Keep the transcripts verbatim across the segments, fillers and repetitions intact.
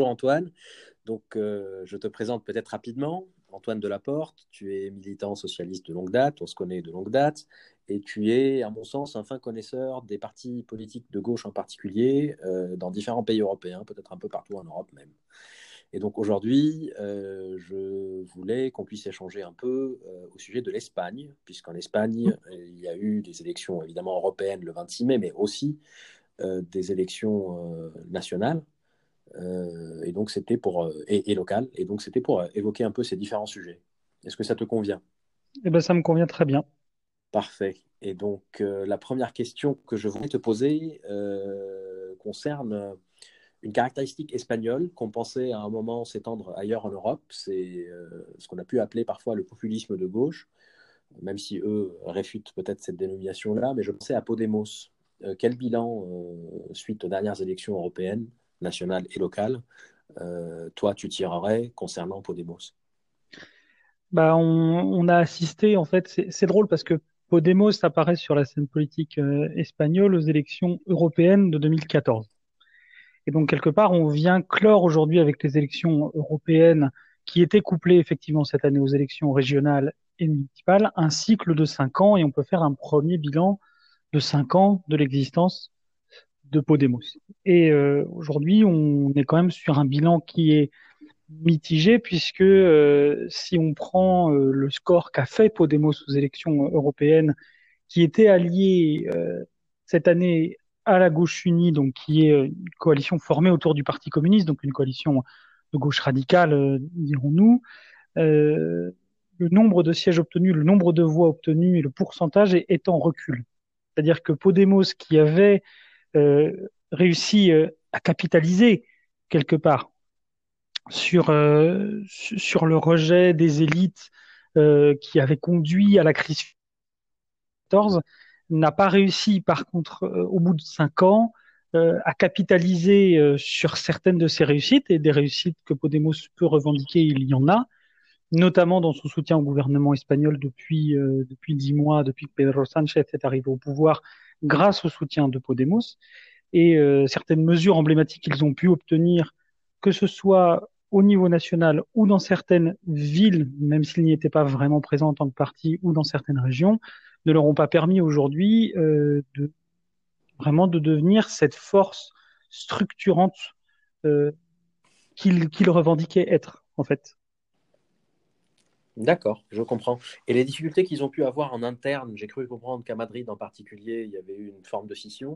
bonjour Antoine. Donc, euh, je te présente peut-être rapidement. Antoine Delaporte, tu es militant socialiste de longue date, on se connaît de longue date, et tu es, à mon sens, un fin connaisseur des partis politiques de gauche en particulier, euh, dans différents pays européens, peut-être un peu partout en Europe même. Et donc aujourd'hui, euh, je voulais qu'on puisse échanger un peu euh, au sujet de l'Espagne, puisqu'en Espagne, il y a eu des élections évidemment européennes le vingt-six mai, mais aussi euh, des élections euh, nationales. Euh, et donc c'était pour euh, et, et local. Et donc c'était pour euh, évoquer un peu ces différents sujets. Est-ce que ça te convient? Eh ben, ça me convient très bien. Parfait. Et donc euh, la première question que je voulais te poser euh, concerne une caractéristique espagnole qu'on pensait à un moment s'étendre ailleurs en Europe. C'est euh, ce qu'on a pu appeler parfois le populisme de gauche, même si eux réfutent peut-être cette dénomination-là. Mais je pensais à Podemos. Euh, quel bilan, euh, suite aux dernières élections européennes, nationales et locales, euh, toi, tu tirerais concernant Podemos? Bah, on, on a assisté, en fait, c'est c'est drôle parce que Podemos apparaît sur la scène politique euh, espagnole aux élections européennes de deux mille quatorze. Et donc, quelque part, on vient clore aujourd'hui avec les élections européennes qui étaient couplées effectivement cette année aux élections régionales et municipales, un cycle de cinq ans et on peut faire un premier bilan de cinq ans de l'existence de Podemos. Et euh, aujourd'hui, on est quand même sur un bilan qui est mitigé puisque euh, si on prend euh, le score qu'a fait Podemos aux élections européennes, qui était allié euh, cette année à la gauche unie, donc qui est euh, une coalition formée autour du Parti communiste, donc une coalition de gauche radicale, euh, dirons-nous, euh, le nombre de sièges obtenus, le nombre de voix obtenues et le pourcentage est, est en recul. C'est-à-dire que Podemos, qui avait euh, réussi euh, à capitaliser quelque part sur, euh, sur le rejet des élites euh, qui avait conduit à la crise quatorze, n'a pas réussi, par contre, euh, au bout de cinq ans, euh, à capitaliser euh, sur certaines de ses réussites, et des réussites que Podemos peut revendiquer, il y en a, notamment dans son soutien au gouvernement espagnol depuis, euh, depuis dix mois, depuis que Pedro Sánchez est arrivé au pouvoir, grâce au soutien de Podemos et euh, certaines mesures emblématiques qu'ils ont pu obtenir, que ce soit au niveau national ou dans certaines villes, même s'ils n'y étaient pas vraiment présents en tant que parti, ou dans certaines régions, ne leur ont pas permis aujourd'hui euh, de vraiment de devenir cette force structurante euh, qu'ils qu'ils revendiquaient être, en fait. D'accord, je comprends. Et les difficultés qu'ils ont pu avoir en interne, j'ai cru comprendre qu'à Madrid en particulier, il y avait eu une forme de scission.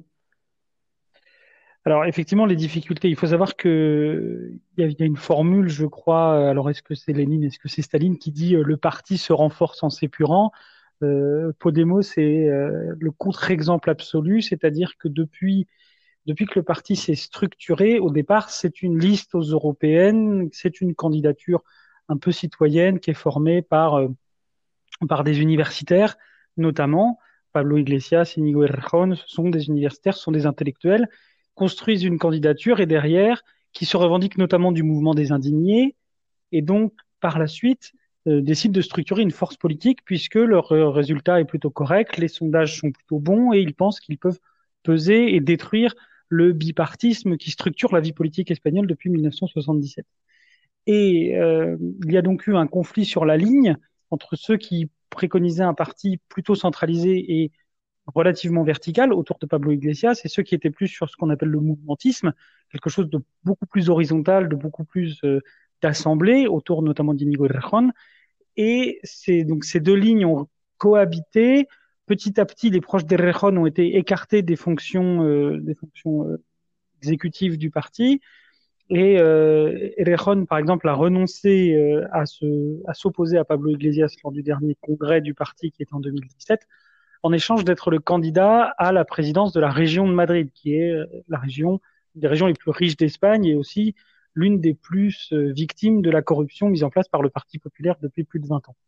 Alors effectivement, les difficultés, il faut savoir que il y a, il y a une formule, je crois, alors est-ce que c'est Lénine, est-ce que c'est Staline, qui dit euh, le parti se renforce en s'épurant. Euh, Podemos est euh, le contre-exemple absolu, c'est-à-dire que depuis, depuis que le parti s'est structuré, au départ, c'est une liste aux européennes, c'est une candidature un peu citoyenne qui est formée par, euh, par des universitaires, notamment Pablo Iglesias, Íñigo Errejón, ce sont des universitaires, ce sont des intellectuels, construisent une candidature et derrière, qui se revendiquent notamment du mouvement des indignés, et donc par la suite euh, décident de structurer une force politique puisque leur euh, résultat est plutôt correct, les sondages sont plutôt bons et ils pensent qu'ils peuvent peser et détruire le bipartisme qui structure la vie politique espagnole depuis mille neuf cent soixante-dix-sept. Et euh, il y a donc eu un conflit sur la ligne entre ceux qui préconisaient un parti plutôt centralisé et relativement vertical autour de Pablo Iglesias et ceux qui étaient plus sur ce qu'on appelle le mouvementisme, quelque chose de beaucoup plus horizontal, de beaucoup plus euh, d'assemblée autour notamment d'Inigo Errejón. Et c'est, donc ces deux lignes ont cohabité. Petit à petit, les proches d'Errejón ont été écartés des fonctions, euh, des fonctions euh, exécutives du parti. Et euh, Errejón, par exemple, a renoncé euh, à, se, à s'opposer à Pablo Iglesias lors du dernier congrès du parti qui est en deux mille dix-sept, en échange d'être le candidat à la présidence de la région de Madrid, qui est euh, la région, une des régions les plus riches d'Espagne et aussi l'une des plus euh, victimes de la corruption mise en place par le Parti populaire depuis plus de vingt ans.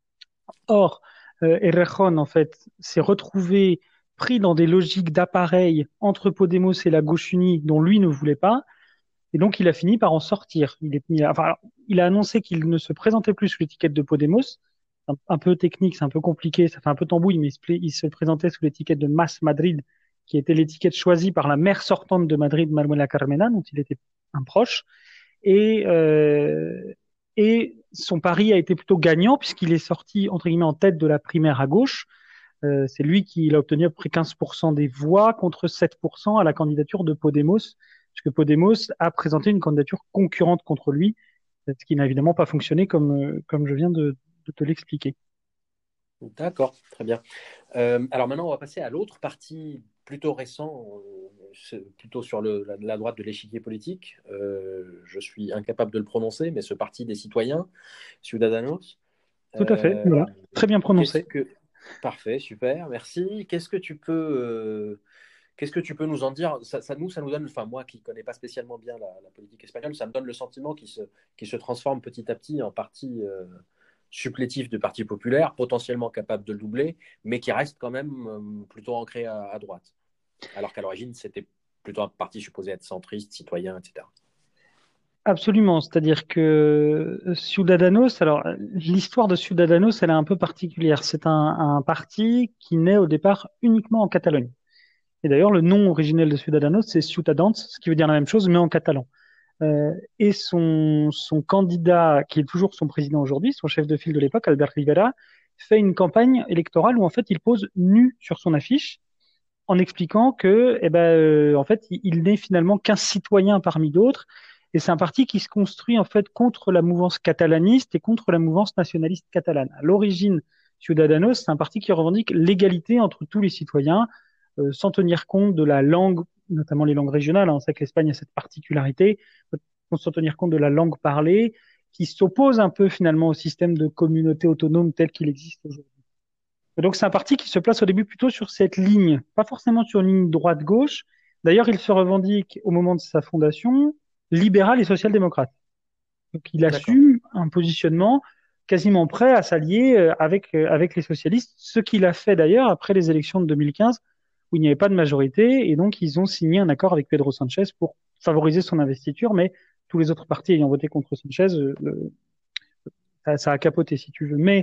Or, euh, Errejón, en fait, s'est retrouvé pris dans des logiques d'appareil entre Podemos et la gauche unie dont lui ne voulait pas, et donc il a fini par en sortir. Il, est, il, a, enfin, il a annoncé qu'il ne se présentait plus sous l'étiquette de Podemos, un, un peu technique, c'est un peu compliqué, ça fait un peu tambouille, mais il se, il se présentait sous l'étiquette de Mas Madrid, qui était l'étiquette choisie par la maire sortante de Madrid, Manuela Carmena, dont il était un proche. Et, euh, et son pari a été plutôt gagnant puisqu'il est sorti, entre guillemets, en tête de la primaire à gauche. Euh, c'est lui qui a obtenu à peu près quinze pour cent des voix contre sept pour cent à la candidature de Podemos, puisque Podemos a présenté une candidature concurrente contre lui, ce qui n'a évidemment pas fonctionné comme, euh, comme je viens de, de te l'expliquer. D'accord, très bien. Euh, alors maintenant, on va passer à l'autre parti plutôt récent, euh, plutôt sur le, la, la, droite de l'échiquier politique. Euh, je suis incapable de le prononcer, mais ce parti des citoyens, Ciudadanos. Tout à fait, Euh, voilà, très bien qu'est-ce prononcé. que... Parfait, super, merci. Qu'est-ce que tu peux, euh, qu'est-ce que tu peux nous en dire? Ça, ça, nous, ça nous donne, enfin moi qui ne connais pas spécialement bien la, la politique espagnole, ça me donne le sentiment qu'il se, qu'il se transforme petit à petit en parti euh, supplétif du Parti populaire, potentiellement capable de le doubler, mais qui reste quand même euh, plutôt ancré à, à droite. Alors qu'à l'origine, c'était plutôt un parti supposé être centriste, citoyen, et cetera. Absolument, c'est-à-dire que Ciudadanos, alors l'histoire de Ciudadanos, elle est un peu particulière. C'est un, un parti qui naît au départ uniquement en Catalogne. Et d'ailleurs, le nom originel de Ciudadanos, c'est Ciutadans, ce qui veut dire la même chose, mais en catalan. Euh, et son, son candidat, qui est toujours son président aujourd'hui, son chef de file de l'époque, Albert Rivera, fait une campagne électorale où en fait il pose nu sur son affiche en expliquant que, eh ben, euh, en fait, il, il n'est finalement qu'un citoyen parmi d'autres. Et c'est un parti qui se construit en fait contre la mouvance catalaniste et contre la mouvance nationaliste catalane. À l'origine, Ciudadanos, c'est un parti qui revendique l'égalité entre tous les citoyens, euh, sans tenir compte de la langue, notamment les langues régionales. Hein. On sait que l'Espagne a cette particularité, sans tenir compte de la langue parlée, qui s'oppose un peu finalement au système de communauté autonome tel qu'il existe aujourd'hui. Et donc c'est un parti qui se place au début plutôt sur cette ligne, pas forcément sur une ligne droite-gauche. D'ailleurs, il se revendique au moment de sa fondation libéral et social-démocrate. Donc il D'accord. assume un positionnement quasiment prêt à s'allier euh, avec, euh, avec les socialistes, ce qu'il a fait d'ailleurs après les élections de deux mille quinze où il n'y avait pas de majorité et donc ils ont signé un accord avec Pedro Sanchez pour favoriser son investiture, mais tous les autres partis ayant voté contre Sanchez, euh, le- ça, ça a capoté si tu veux. Mais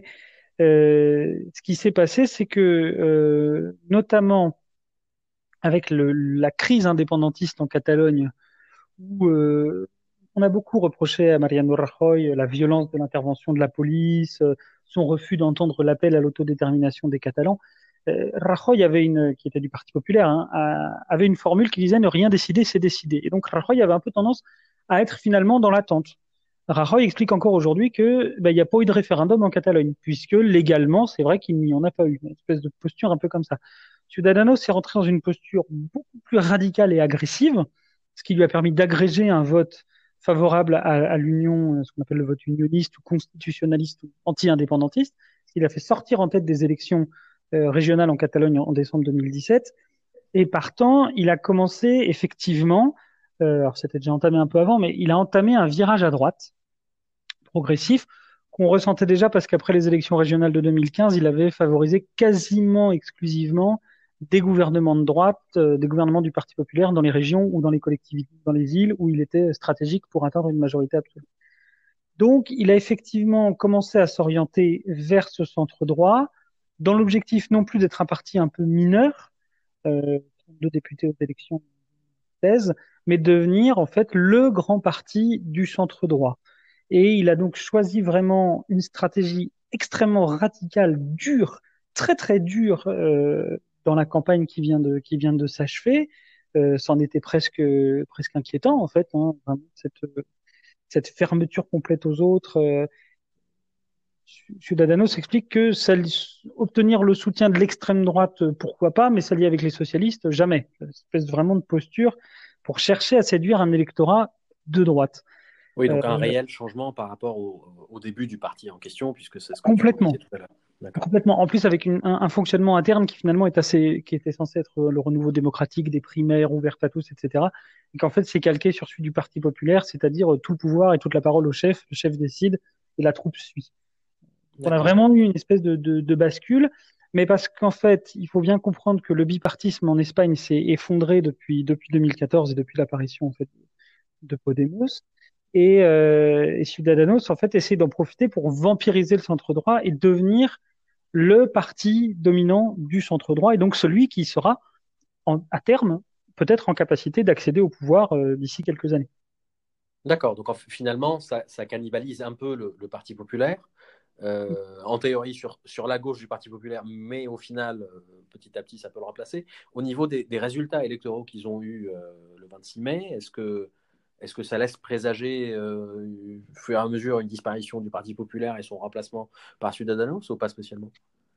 euh, ce qui s'est passé, c'est que euh, notamment avec le, la crise indépendantiste en Catalogne, où euh, on a beaucoup reproché à Mariano Rajoy la violence de l'intervention de la police, euh, son refus d'entendre l'appel à l'autodétermination des Catalans. Euh, Rajoy avait une, qui était du Parti populaire, hein, a- avait une formule qui disait ne rien décider, c'est décider. Et donc Rajoy avait un peu tendance à être finalement dans l'attente. Rajoy explique encore aujourd'hui que ben, il n'y a pas eu de référendum en Catalogne, puisque légalement, c'est vrai qu'il n'y en a pas eu. Une espèce de posture un peu comme ça. Ciudadanos s'est rentré dans une posture beaucoup plus radicale et agressive, ce qui lui a permis d'agréger un vote favorable à, à l'union, ce qu'on appelle le vote unioniste ou constitutionnaliste ou anti-indépendantiste, ce qui l'a fait sortir en tête des élections euh, régionales en Catalogne en, en décembre deux mille dix-sept. Et partant, il a commencé effectivement, euh, alors c'était déjà entamé un peu avant, mais il a entamé un virage à droite progressif qu'on ressentait déjà parce qu'après les élections régionales de deux mille quinze, il avait favorisé quasiment exclusivement des gouvernements de droite, euh, des gouvernements du Parti populaire dans les régions ou dans les collectivités, dans les îles où il était stratégique pour atteindre une majorité absolue. Donc, il a effectivement commencé à s'orienter vers ce centre droit, dans l'objectif non plus d'être un parti un peu mineur, euh, deux députés aux élections seize, mais de devenir en fait le grand parti du centre droit. Et il a donc choisi vraiment une stratégie extrêmement radicale, dure, très très dure euh, dans la campagne qui vient de, qui vient de s'achever. Euh, c'en était presque, presque inquiétant en fait, hein, vraiment, cette, cette fermeture complète aux autres. Euh, Ciudadanos explique que ça, obtenir le soutien de l'extrême droite, pourquoi pas, mais s'allier avec les socialistes, jamais. Une espèce vraiment de posture pour chercher à séduire un électorat de droite. Oui, Euh, donc un réel changement par rapport au, au début du parti en question, puisque c'est ce que tu disais complètement. tout à l'heure. D'accord. Complètement. En plus, avec une, un, un, fonctionnement interne qui finalement est assez, qui était censé être le renouveau démocratique des primaires ouvertes à tous, et cetera. Et qu'en fait, c'est calqué sur celui du Parti populaire, c'est-à-dire tout le pouvoir et toute la parole au chef. Le chef décide et la troupe suit. On a vraiment eu une espèce de, de, de bascule, mais parce qu'en fait, il faut bien comprendre que le bipartisme en Espagne s'est effondré depuis, depuis deux mille quatorze et depuis l'apparition en fait de Podemos. Et, euh, et Ciudadanos, en fait, essaie d'en profiter pour vampiriser le centre droit et devenir le parti dominant du centre droit et donc celui qui sera en, à terme peut-être en capacité d'accéder au pouvoir euh, d'ici quelques années. D'accord, donc en, finalement, ça, ça cannibalise un peu le, le Parti populaire, euh, en théorie sur, sur la gauche du Parti populaire, mais au final, euh, petit à petit, ça peut le remplacer. Au niveau des, des résultats électoraux qu'ils ont eus euh, le vingt-six mai, est-ce que, est-ce que ça laisse présager, euh, au fur et à mesure, une disparition du Parti populaire et son remplacement par Ciudadanos ou pas spécialement?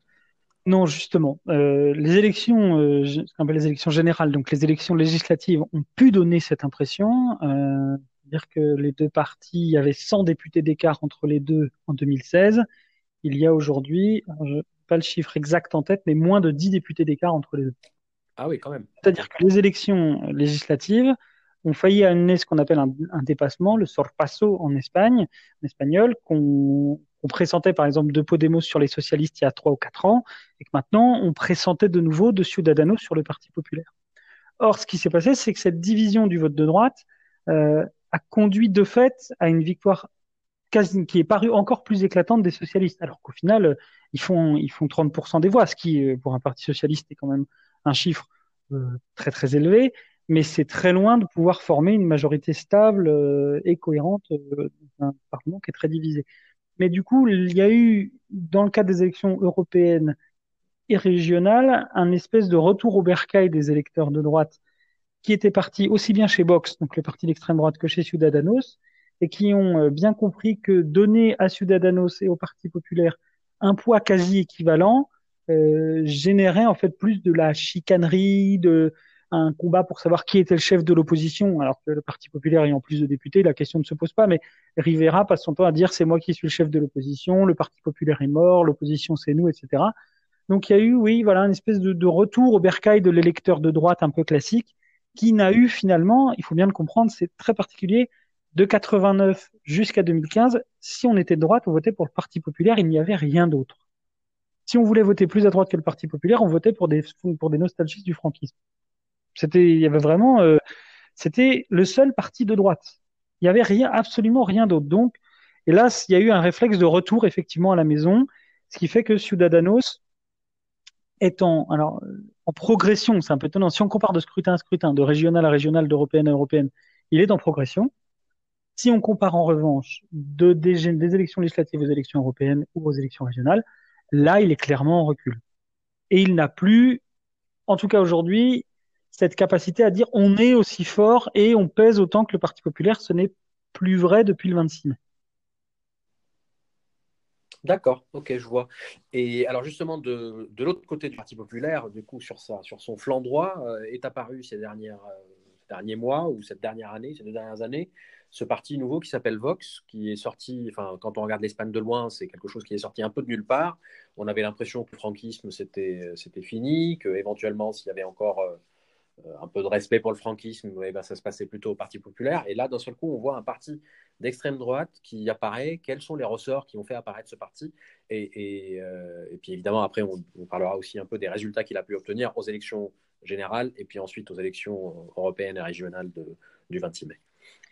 Non, justement, euh, les élections, euh, ce qu'on appelle les élections générales, donc les élections législatives, ont pu donner cette impression, euh, c'est-à-dire que les deux partis, il y avait cent députés d'écart entre les deux en deux mille seize. Il y a aujourd'hui, alors, je n'ai pas le chiffre exact en tête, mais moins de dix députés d'écart entre les deux. Ah oui, quand même. Ok. C'est-à-dire que les élections législatives ont failli amener ce qu'on appelle un, un dépassement, le sorpasso en Espagne, en espagnol, qu'on on pressentait par exemple de Podemos sur les socialistes il y a trois ou quatre ans, et que maintenant on pressentait de nouveau de Ciudadanos sur le Parti populaire. Or, ce qui s'est passé, c'est que cette division du vote de droite euh, a conduit de fait à une victoire quasi, qui est parue encore plus éclatante des socialistes, alors qu'au final, euh, ils font, ils font trente pour cent des voix, ce qui, euh, pour un parti socialiste, est quand même un chiffre euh, très très élevé, mais c'est très loin de pouvoir former une majorité stable euh, et cohérente euh, dans un Parlement qui est très divisé. Mais du coup, il y a eu, dans le cadre des élections européennes et régionales, un espèce de retour au bercail des électeurs de droite qui étaient partis aussi bien chez Vox, donc le parti d'extrême droite, que chez Ciudadanos, et qui ont euh, bien compris que donner à Ciudadanos et au Parti populaire un poids quasi équivalent euh, générait en fait plus de la chicanerie, de un combat pour savoir qui était le chef de l'opposition, alors que le Parti populaire ayant plus de députés, la question ne se pose pas, mais Rivera passe son temps à dire c'est moi qui suis le chef de l'opposition, le Parti populaire est mort, l'opposition c'est nous, et cetera. Donc il y a eu, oui, voilà, une espèce de, de retour au bercail de l'électeur de droite un peu classique, qui n'a eu finalement, il faut bien le comprendre, c'est très particulier, de quatre-vingt-neuf jusqu'à deux mille quinze, si on était de droite, on votait pour le Parti populaire, il n'y avait rien d'autre. Si on voulait voter plus à droite que le Parti populaire, on votait pour des, pour des nostalgiques du franquisme. C'était, il y avait vraiment, euh, c'était le seul parti de droite. Il n'y avait rien, absolument rien d'autre. Donc, et là, il y a eu un réflexe de retour effectivement à la maison, ce qui fait que Ciudadanos, est en, alors, en progression, c'est un peu étonnant. Si on compare de scrutin à scrutin, de régional à régional, d'européenne à européenne, il est en progression. Si on compare en revanche de, des, des élections législatives aux élections européennes ou aux élections régionales, là, il est clairement en recul. Et il n'a plus, en tout cas aujourd'hui, cette capacité à dire on est aussi fort et on pèse autant que le Parti populaire. Ce n'est plus vrai depuis le vingt-six mai. D'accord, ok, je vois. Et alors justement, de, de l'autre côté du Parti populaire, du coup, sur, sa, sur son flanc droit, euh, est apparu ces, dernières, euh, ces derniers mois ou cette dernière année, ces deux dernières années, ce parti nouveau qui s'appelle Vox, qui est sorti, enfin, quand on regarde l'Espagne de loin, c'est quelque chose qui est sorti un peu de nulle part. On avait l'impression que le franquisme, c'était, c'était fini, que éventuellement, s'il y avait encore euh, un peu de respect pour le franquisme, eh ben, ça se passait plutôt au Parti populaire. Et là, d'un seul coup, on voit un parti d'extrême droite qui apparaît. Quels sont les ressorts qui ont fait apparaître ce parti? Et, et, euh, et puis évidemment, après, on, on, parlera aussi un peu des résultats qu'il a pu obtenir aux élections générales et puis ensuite aux élections européennes et régionales de, du vingt-six mai.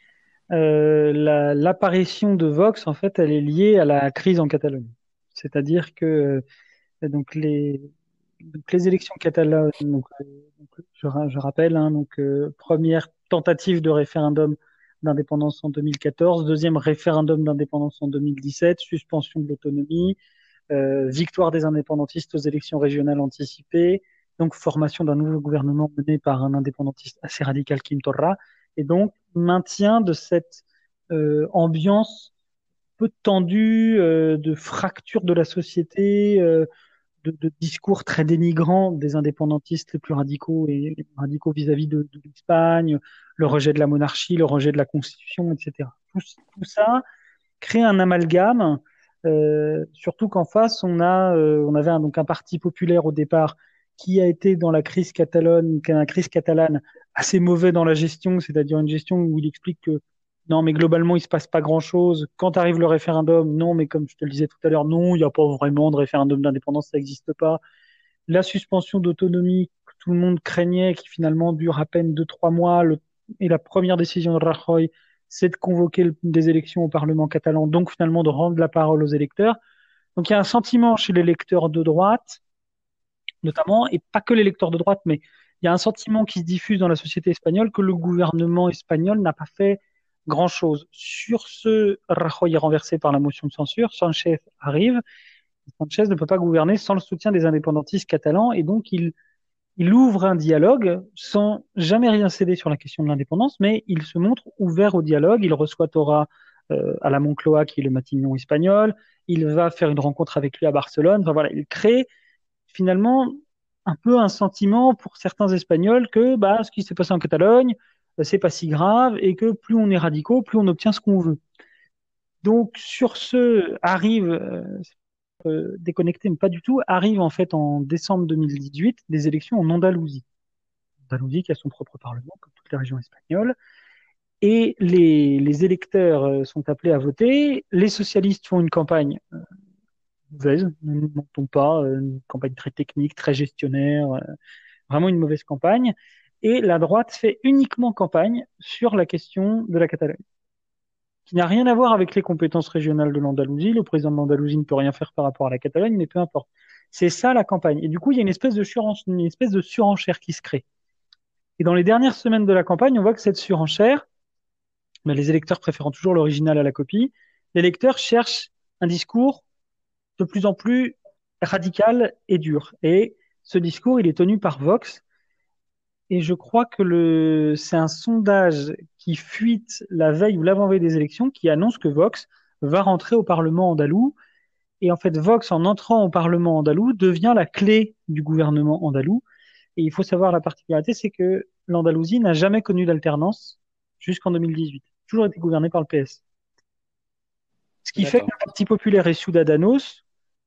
Euh, la, l'apparition de Vox, en fait, elle est liée à la crise en Catalogne. C'est-à-dire que donc les, donc les élections catalanes, donc, euh, donc, je, je rappelle, hein, donc euh, première tentative de référendum d'indépendance en deux mille quatorze, deuxième référendum d'indépendance en deux mille dix-sept, suspension de l'autonomie, euh, victoire des indépendantistes aux élections régionales anticipées, donc formation d'un nouveau gouvernement mené par un indépendantiste assez radical, Quim Torra, et donc maintien de cette euh, ambiance peu tendue, euh, de fracture de la société, euh, de, de discours très dénigrants des indépendantistes les plus radicaux et les radicaux vis-à-vis de, de l'Espagne, le rejet de la monarchie, le rejet de la Constitution, et cetera. Tout, tout ça crée un amalgame, euh, surtout qu'en face, on a, euh, on avait un, donc un parti populaire au départ qui a été dans la crise catalane, la crise catalane assez mauvais dans la gestion, c'est-à-dire une gestion où il explique que non, mais globalement, il se passe pas grand-chose. Quand arrive le référendum, non, mais comme je te le disais tout à l'heure, non, il n'y a pas vraiment de référendum d'indépendance, ça n'existe pas. La suspension d'autonomie que tout le monde craignait, qui finalement dure à peine deux, trois mois, le, et la première décision de Rajoy, c'est de convoquer le, des élections au Parlement catalan, donc finalement de rendre la parole aux électeurs. Donc il y a un sentiment chez les lecteurs de droite, notamment, et pas que les lecteurs de droite, mais il y a un sentiment qui se diffuse dans la société espagnole que le gouvernement espagnol n'a pas fait grand-chose. Sur ce, Rajoy est renversé par la motion de censure, Sanchez arrive, Sanchez ne peut pas gouverner sans le soutien des indépendantistes catalans, et donc il, il ouvre un dialogue sans jamais rien céder sur la question de l'indépendance, mais il se montre ouvert au dialogue, il reçoit Torra euh, à la Moncloa, qui est le Matignon espagnol, il va faire une rencontre avec lui à Barcelone, enfin voilà, il crée finalement un peu un sentiment pour certains Espagnols que bah, ce qui s'est passé en Catalogne, euh, c'est pas si grave et que plus on est radicaux, plus on obtient ce qu'on veut. Donc sur ce, arrive, euh, euh, déconnecté mais pas du tout, arrive en fait en décembre deux mille dix-huit des élections en Andalousie. Andalousie qui a son propre parlement, comme toutes les régions espagnoles. Et les, les électeurs euh, sont appelés à voter. Les socialistes font une campagne euh, mauvaise, ne nous mentons pas, euh, une campagne très technique, très gestionnaire, euh, vraiment une mauvaise campagne. Et la droite fait uniquement campagne sur la question de la Catalogne, qui n'a rien à voir avec les compétences régionales de l'Andalousie. Le président de l'Andalousie ne peut rien faire par rapport à la Catalogne, mais peu importe. C'est ça la campagne. Et du coup, il y a une espèce de, surenchère, une espèce de surenchère qui se crée. Et dans les dernières semaines de la campagne, on voit que cette surenchère, mais les électeurs préférant toujours l'original à la copie, les électeurs cherchent un discours de plus en plus radical et dur. Et ce discours, il est tenu par Vox. Et je crois que le, c'est un sondage qui fuite la veille ou l'avant-veille des élections qui annonce que Vox va rentrer au Parlement andalou. Et en fait, Vox, en entrant au Parlement andalou, devient la clé du gouvernement andalou. Et il faut savoir la particularité, c'est que l'Andalousie n'a jamais connu d'alternance jusqu'en deux mille dix-huit. Toujours été gouvernée par le P S. Ce qui fait que D'accord. le Parti populaire et Ciudadanos,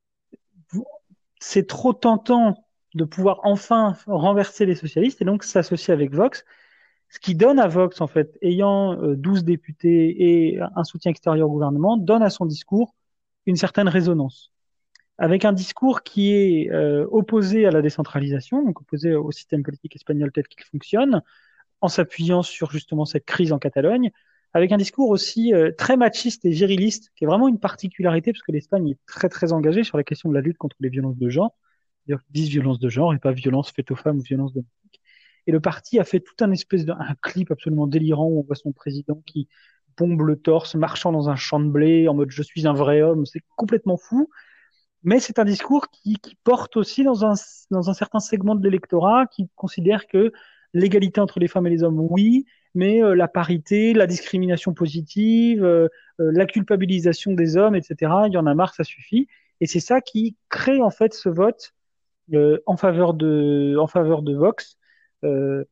c'est trop tentant de pouvoir enfin renverser les socialistes et donc s'associer avec Vox, ce qui donne à Vox, en fait, ayant euh, douze députés et un soutien extérieur au gouvernement, donne à son discours une certaine résonance. Avec un discours qui est euh, opposé à la décentralisation, donc opposé au système politique espagnol tel qu'il fonctionne, en s'appuyant sur justement cette crise en Catalogne, avec un discours aussi euh, très machiste et viriliste, qui est vraiment une particularité, parce que l'Espagne est très très engagée sur la question de la lutte contre les violences de genre, d'ailleurs ils disent violence de genre et pas violence faite aux femmes ou violence domestique. Et le parti a fait tout un espèce de un clip absolument délirant où on voit son président qui bombe le torse, marchant dans un champ de blé, en mode je suis un vrai homme, c'est complètement fou. Mais c'est un discours qui, qui porte aussi dans un, dans un certain segment de l'électorat qui considère que l'égalité entre les femmes et les hommes, oui, mais euh, la parité, la discrimination positive, euh, euh, la culpabilisation des hommes, et cetera, il y en a marre, ça suffit. Et c'est ça qui crée en fait ce vote euh, en faveur de, en faveur de Vox. Euh,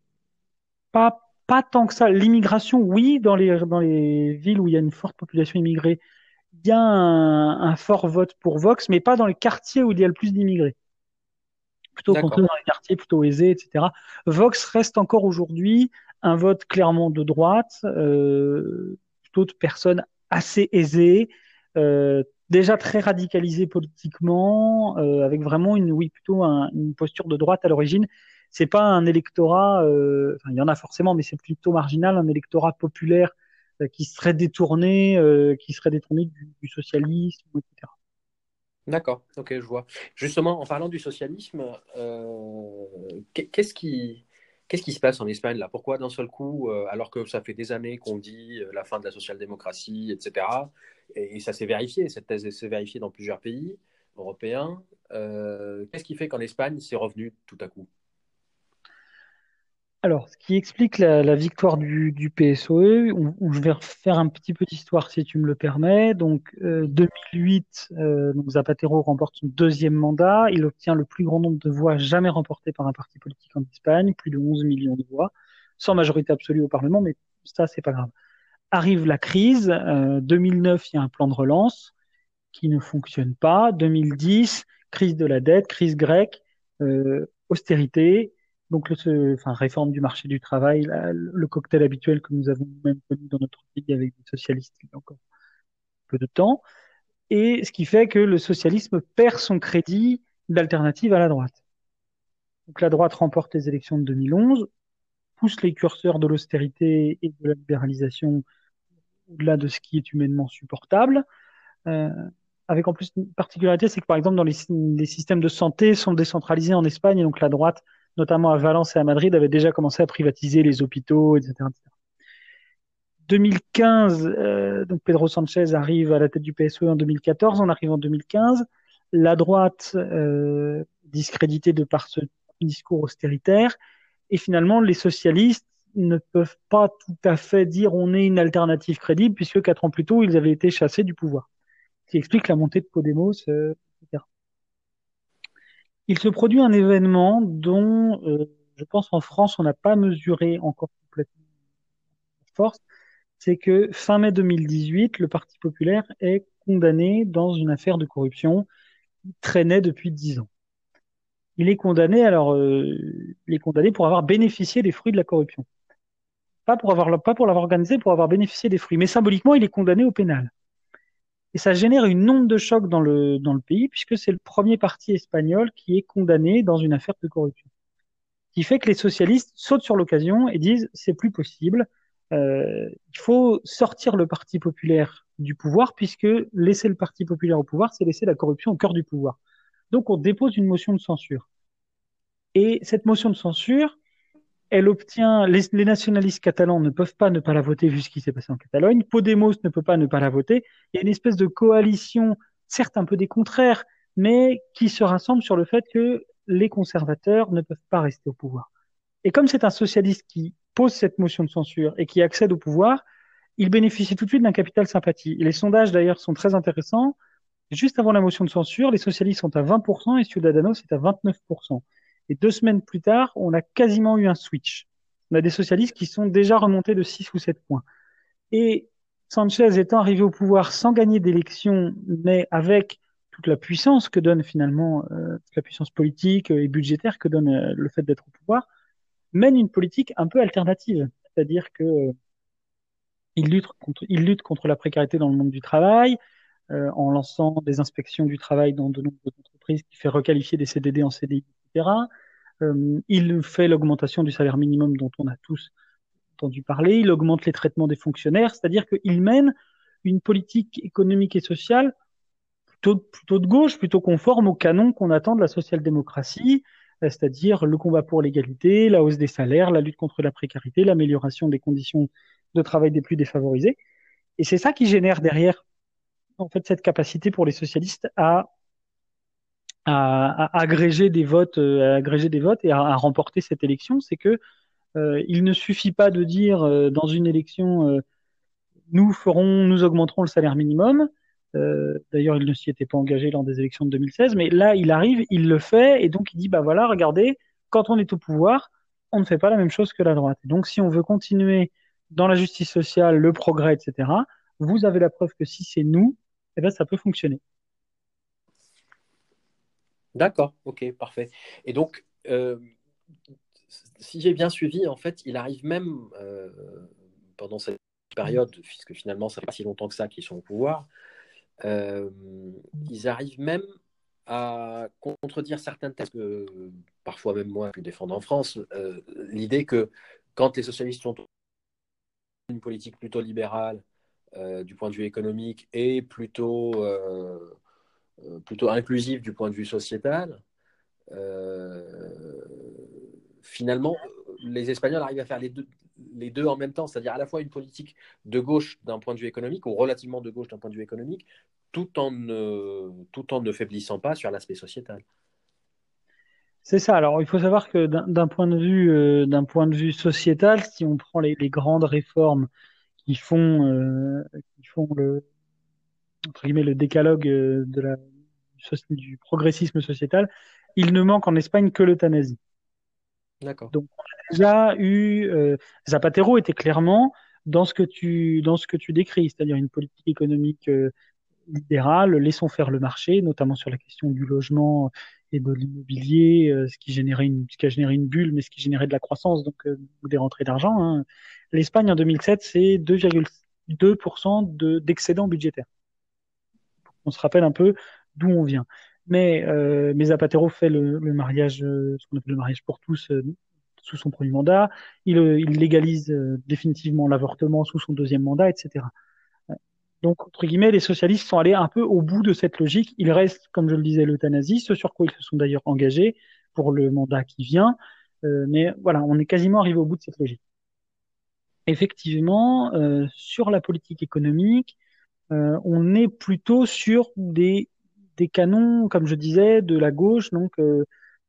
pas, pas tant que ça. L'immigration, oui, dans les, dans les villes où il y a une forte population immigrée, il y a un, un fort vote pour Vox, mais pas dans les quartiers où il y a le plus d'immigrés. Plutôt contre D'accord. dans les quartiers plutôt aisés, et cetera. Vox reste encore aujourd'hui un vote clairement de droite, euh, plutôt de personnes assez aisées, euh, déjà très radicalisées politiquement, euh, avec vraiment une, oui, plutôt un, une posture de droite à l'origine. C'est pas un électorat, euh, enfin, il y en a forcément, mais c'est plutôt marginal, un électorat populaire euh, qui serait détourné, euh, qui serait détourné du, du socialisme, et cetera. D'accord, ok, je vois. Justement, en parlant du socialisme, euh, qu'est-ce qui, qu'est-ce qui se passe en Espagne là? Pourquoi d'un seul coup, euh, alors que ça fait des années qu'on dit euh, la fin de la social-démocratie, et cetera, et, et ça s'est vérifié, cette thèse s'est vérifiée dans plusieurs pays européens, euh, qu'est-ce qui fait qu'en Espagne, c'est revenu tout à coup? Alors, ce qui explique la, la victoire du, du P S O E, où, où je vais refaire un petit peu d'histoire si tu me le permets. Donc, euh, deux mille huit, euh, donc Zapatero remporte son deuxième mandat. Il obtient le plus grand nombre de voix jamais remportées par un parti politique en Espagne, plus de onze millions de voix, sans majorité absolue au Parlement, mais ça, c'est pas grave. Arrive la crise. Euh, deux mille neuf, il y a un plan de relance qui ne fonctionne pas. deux mille dix, crise de la dette, crise grecque, euh, austérité, donc le, ce- enfin, réforme du marché du travail, la- le cocktail habituel que nous avons même connu dans notre pays avec des socialistes il y a encore peu de temps, et ce qui fait que le socialisme perd son crédit d'alternative à la droite. Donc la droite remporte les élections de deux mille onze, pousse les curseurs de l'austérité et de la libéralisation au-delà de ce qui est humainement supportable. Euh, avec en plus une particularité, c'est que par exemple, dans les, les systèmes de santé sont décentralisés en Espagne, et donc la droite, notamment à Valence et à Madrid, avait déjà commencé à privatiser les hôpitaux, et cetera, et cetera. deux mille quinze, euh, donc Pedro Sanchez arrive à la tête du P S E en deux mille quatorze, on arrive en deux mille quinze. La droite euh, discréditée de par ce discours austéritaire, et finalement les socialistes ne peuvent pas tout à fait dire on est une alternative crédible puisque quatre ans plus tôt ils avaient été chassés du pouvoir, ce qui explique la montée de Podemos, euh, et cetera. Il se produit un événement dont euh, je pense en France on n'a pas mesuré encore complètement la force, c'est que fin mai deux mille dix-huit, le Parti populaire est condamné dans une affaire de corruption qui traînait depuis dix ans. Il est condamné, alors, euh, il est condamné pour avoir bénéficié des fruits de la corruption. Pas pour avoir, pas pour l'avoir organisé, pour avoir bénéficié des fruits. Mais symboliquement, il est condamné au pénal. Et ça génère une onde de choc dans le, dans le pays, puisque c'est le premier parti espagnol qui est condamné dans une affaire de corruption. Ce qui fait que les socialistes sautent sur l'occasion et disent c'est plus possible, euh, il faut sortir le Parti populaire du pouvoir, puisque laisser le Parti populaire au pouvoir, c'est laisser la corruption au cœur du pouvoir. Donc on dépose une motion de censure. Et cette motion de censure, elle obtient, les, les nationalistes catalans ne peuvent pas ne pas la voter vu ce qui s'est passé en Catalogne, Podemos ne peut pas ne pas la voter, il y a une espèce de coalition, certes un peu des contraires, mais qui se rassemble sur le fait que les conservateurs ne peuvent pas rester au pouvoir. Et comme c'est un socialiste qui pose cette motion de censure et qui accède au pouvoir, il bénéficie tout de suite d'un capital sympathie. Et les sondages d'ailleurs sont très intéressants. Juste avant la motion de censure, les socialistes sont à vingt pour cent et Ciudadanos est à vingt-neuf pour cent. Et deux semaines plus tard, on a quasiment eu un switch. On a des socialistes qui sont déjà remontés de six ou sept points. Et Sanchez étant arrivé au pouvoir sans gagner d'élection, mais avec toute la puissance que donne finalement, euh, toute la puissance politique et budgétaire que donne euh, le fait d'être au pouvoir, mène une politique un peu alternative. C'est-à-dire que euh, il lutte contre, il lutte contre la précarité dans le monde du travail, euh, en lançant des inspections du travail dans de nombreuses entreprises qui fait requalifier des C D D en C D I, et cetera. Euh, il fait l'augmentation du salaire minimum dont on a tous entendu parler. Il augmente les traitements des fonctionnaires, c'est-à-dire qu'il mène une politique économique et sociale plutôt, plutôt de gauche, plutôt conforme au canon qu'on attend de la social-démocratie, euh, c'est-à-dire le combat pour l'égalité, la hausse des salaires, la lutte contre la précarité, l'amélioration des conditions de travail des plus défavorisés. Et c'est ça qui génère derrière en fait cette capacité pour les socialistes à, à, à agréger des votes, euh, à agréger des votes et à, à remporter cette élection, c'est que euh, il ne suffit pas de dire euh, dans une élection euh, nous ferons, nous augmenterons le salaire minimum. Euh, D'ailleurs, il ne s'y était pas engagé lors des élections de deux mille seize, mais là, il arrive, il le fait, et donc il dit bah voilà, regardez, quand on est au pouvoir, on ne fait pas la même chose que la droite. Donc, si on veut continuer dans la justice sociale, le progrès, et cetera, vous avez la preuve que si c'est nous, eh ben, ça peut fonctionner. D'accord, ok, parfait. Et donc, euh, si j'ai bien suivi, en fait, il arrive même euh, pendant cette période, puisque finalement, ça fait pas si longtemps que ça qu'ils sont au pouvoir, euh, ils arrivent même à contredire certaines thèses que parfois même moi je défends en France, euh, l'idée que quand les socialistes sont une politique plutôt libérale euh, du point de vue économique et plutôt, euh, euh, plutôt inclusive du point de vue sociétal, euh, finalement, les Espagnols arrivent à faire les deux, les deux en même temps, c'est-à-dire à la fois une politique de gauche d'un point de vue économique, ou relativement de gauche d'un point de vue économique, tout en ne, tout en ne faiblissant pas sur l'aspect sociétal. C'est ça. Alors, il faut savoir que d'un d'un point de vue, euh, d'un point de vue sociétal, si on prend les, les grandes réformes qui font, euh, qui font le, entre guillemets, le décalogue euh, de la, du progressisme sociétal, il ne manque en Espagne que l'euthanasie. D'accord. Donc, on a déjà eu, euh, Zapatero était clairement dans ce que tu, dans ce que tu décris, c'est-à-dire une politique économique euh, libérale, laissons faire le marché, notamment sur la question du logement et de l'immobilier, euh, ce qui générait une, ce qui a généré une bulle, mais ce qui générait de la croissance, donc euh, des rentrées d'argent. Hein. L'Espagne en deux mille sept, c'est deux virgule deux pour cent de, d'excédent budgétaire. On se rappelle un peu d'où on vient. Mais, euh, mais Zapatero fait le, le mariage, euh, ce qu'on appelle le mariage pour tous, euh, sous son premier mandat. Il, euh, il légalise euh, définitivement l'avortement sous son deuxième mandat, et cetera. Donc, entre guillemets, les socialistes sont allés un peu au bout de cette logique. Il reste, comme je le disais, l'euthanasie, ce sur quoi ils se sont d'ailleurs engagés pour le mandat qui vient. Euh, mais voilà, on est quasiment arrivé au bout de cette logique. effectivement, euh, sur la politique économique, euh, on est plutôt sur des, des canons, comme je disais, de la gauche, donc euh,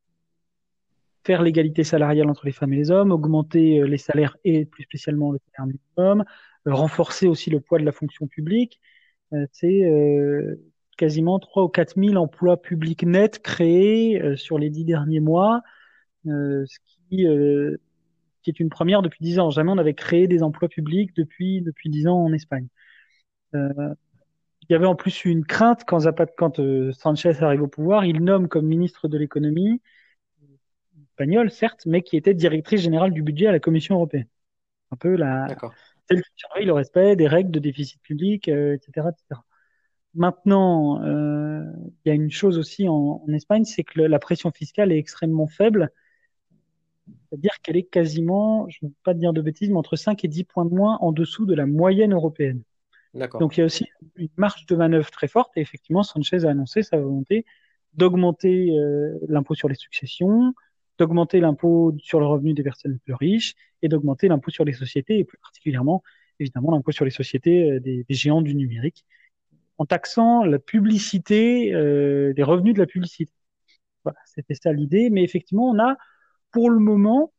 faire l'égalité salariale entre les femmes et les hommes, augmenter euh, les salaires et plus spécialement le salaire minimum, euh, renforcer aussi le poids de la fonction publique. Euh, c'est euh, quasiment trois ou quatre mille emplois publics nets créés euh, sur les dix derniers mois, euh, ce qui, euh, qui est une première depuis dix ans. Jamais on avait créé des emplois publics depuis depuis dix ans en Espagne. Euh, il y avait en plus une crainte quand Zapata, quand euh, Sanchez arrive au pouvoir, il nomme comme ministre de l'économie espagnole, certes, mais qui était directrice générale du budget à la Commission européenne. Un peu la D'accord. celle qui surveille le respect des règles de déficit public, euh, et cetera, et cetera. Maintenant, euh, il y a une chose aussi en, en Espagne, c'est que le- la pression fiscale est extrêmement faible, c'est-à-dire qu'elle est quasiment, je ne veux pas te dire de bêtises, mais entre cinq et dix points de moins en dessous de la moyenne européenne. D'accord. Donc il y a aussi une marge de manœuvre très forte et effectivement, Sanchez a annoncé sa volonté d'augmenter euh, l'impôt sur les successions, d'augmenter l'impôt sur le revenu des personnes les plus riches et d'augmenter l'impôt sur les sociétés et plus particulièrement, évidemment, l'impôt sur les sociétés euh, des, des géants du numérique en taxant la publicité, euh, les revenus de la publicité. Voilà, c'était ça l'idée. Mais effectivement, on a pour le moment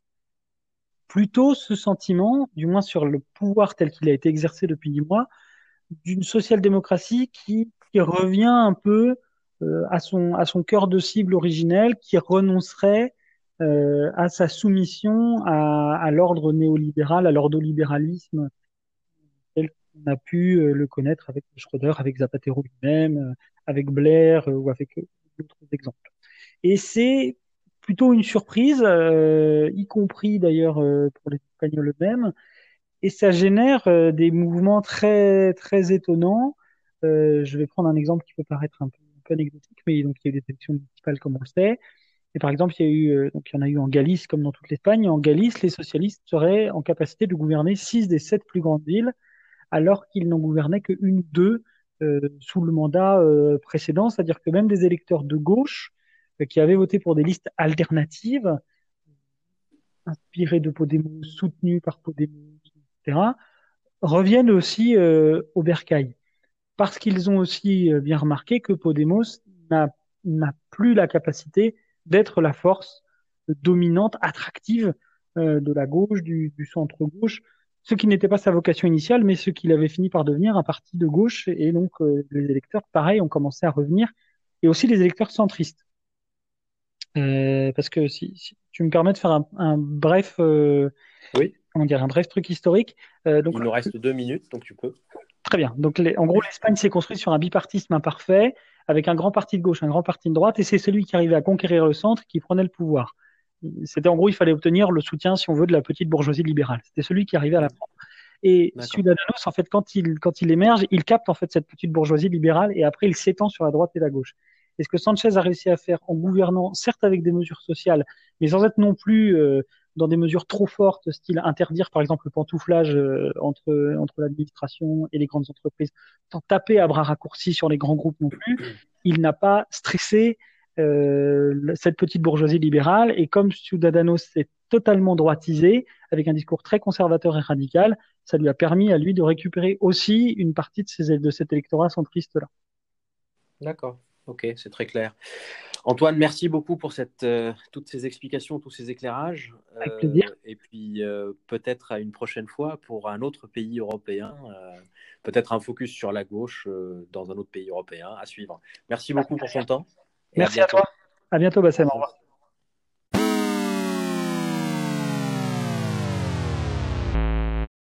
plutôt ce sentiment, du moins sur le pouvoir tel qu'il a été exercé depuis dix mois, d'une social-démocratie qui, qui revient un peu euh, à son, à son cœur de cible originel, qui renoncerait euh, à sa soumission à, à l'ordre néolibéral, à l'ordolibéralisme tel qu'on a pu euh, le connaître avec Schröder, avec Zapatero lui-même, euh, avec Blair euh, ou avec euh, d'autres exemples. Et c'est plutôt une surprise, euh, y compris d'ailleurs euh, pour les Espagnols eux-mêmes, et ça génère euh, des mouvements très très étonnants. Euh, je vais prendre un exemple qui peut paraître un peu, un peu anecdotique, mais donc il y a eu des élections municipales comme on le sait. Et par exemple, il y a eu euh, donc il y en a eu en Galice comme dans toute l'Espagne. En Galice, les socialistes seraient en capacité de gouverner six des sept plus grandes villes alors qu'il n'en gouvernait qu'une ou deux euh, sous le mandat euh, précédent, c'est-à-dire que même des électeurs de gauche euh, qui avaient voté pour des listes alternatives, inspirées de Podemos, soutenues par Podemos, et cetera, reviennent aussi euh, au bercail, parce qu'ils ont aussi euh, bien remarqué que Podemos n'a n'a plus la capacité d'être la force dominante, attractive euh, de la gauche, du, du centre-gauche, ce qui n'était pas sa vocation initiale, mais ce qu'il avait fini par devenir un parti de gauche. Et donc, euh, les électeurs, pareil, ont commencé à revenir, et aussi les électeurs centristes. Euh, parce que si, si tu me permets de faire un, un bref, euh, Oui, comment dire, un bref truc historique. Euh, donc, il nous reste deux minutes, donc tu peux. très bien. Donc, les- en gros, l'Espagne s'est construite sur un bipartisme imparfait, avec un grand parti de gauche, un grand parti de droite, et c'est celui qui arrivait à conquérir le centre qui prenait le pouvoir. C'était en gros, il fallait obtenir le soutien, si on veut, de la petite bourgeoisie libérale. C'était celui qui arrivait à la prendre. Et D'accord. Ciudadanos, en fait, quand il, quand il émerge, il capte en fait cette petite bourgeoisie libérale et après il s'étend sur la droite et la gauche. Et ce que Sanchez a réussi à faire en gouvernant, certes avec des mesures sociales, mais sans être non plus euh, dans des mesures trop fortes, style interdire par exemple le pantouflage euh, entre, entre l'administration et les grandes entreprises, sans taper à bras raccourcis sur les grands groupes non plus, il n'a pas stressé euh, cette petite bourgeoisie libérale. Et comme Ciudadanos s'est totalement droitisé, avec un discours très conservateur et radical, ça lui a permis à lui de récupérer aussi une partie de, ces, de cet électorat centriste-là. D'accord. Ok, c'est très clair. Antoine, merci beaucoup pour cette, euh, toutes ces explications, tous ces éclairages. Avec plaisir. Euh, et puis euh, peut-être à une prochaine fois pour un autre pays européen, euh, peut-être un focus sur la gauche euh, dans un autre pays européen à suivre. Merci beaucoup pour ton temps et à Merci à bientôt. toi. À bientôt, Bassem. Au Au revoir. revoir.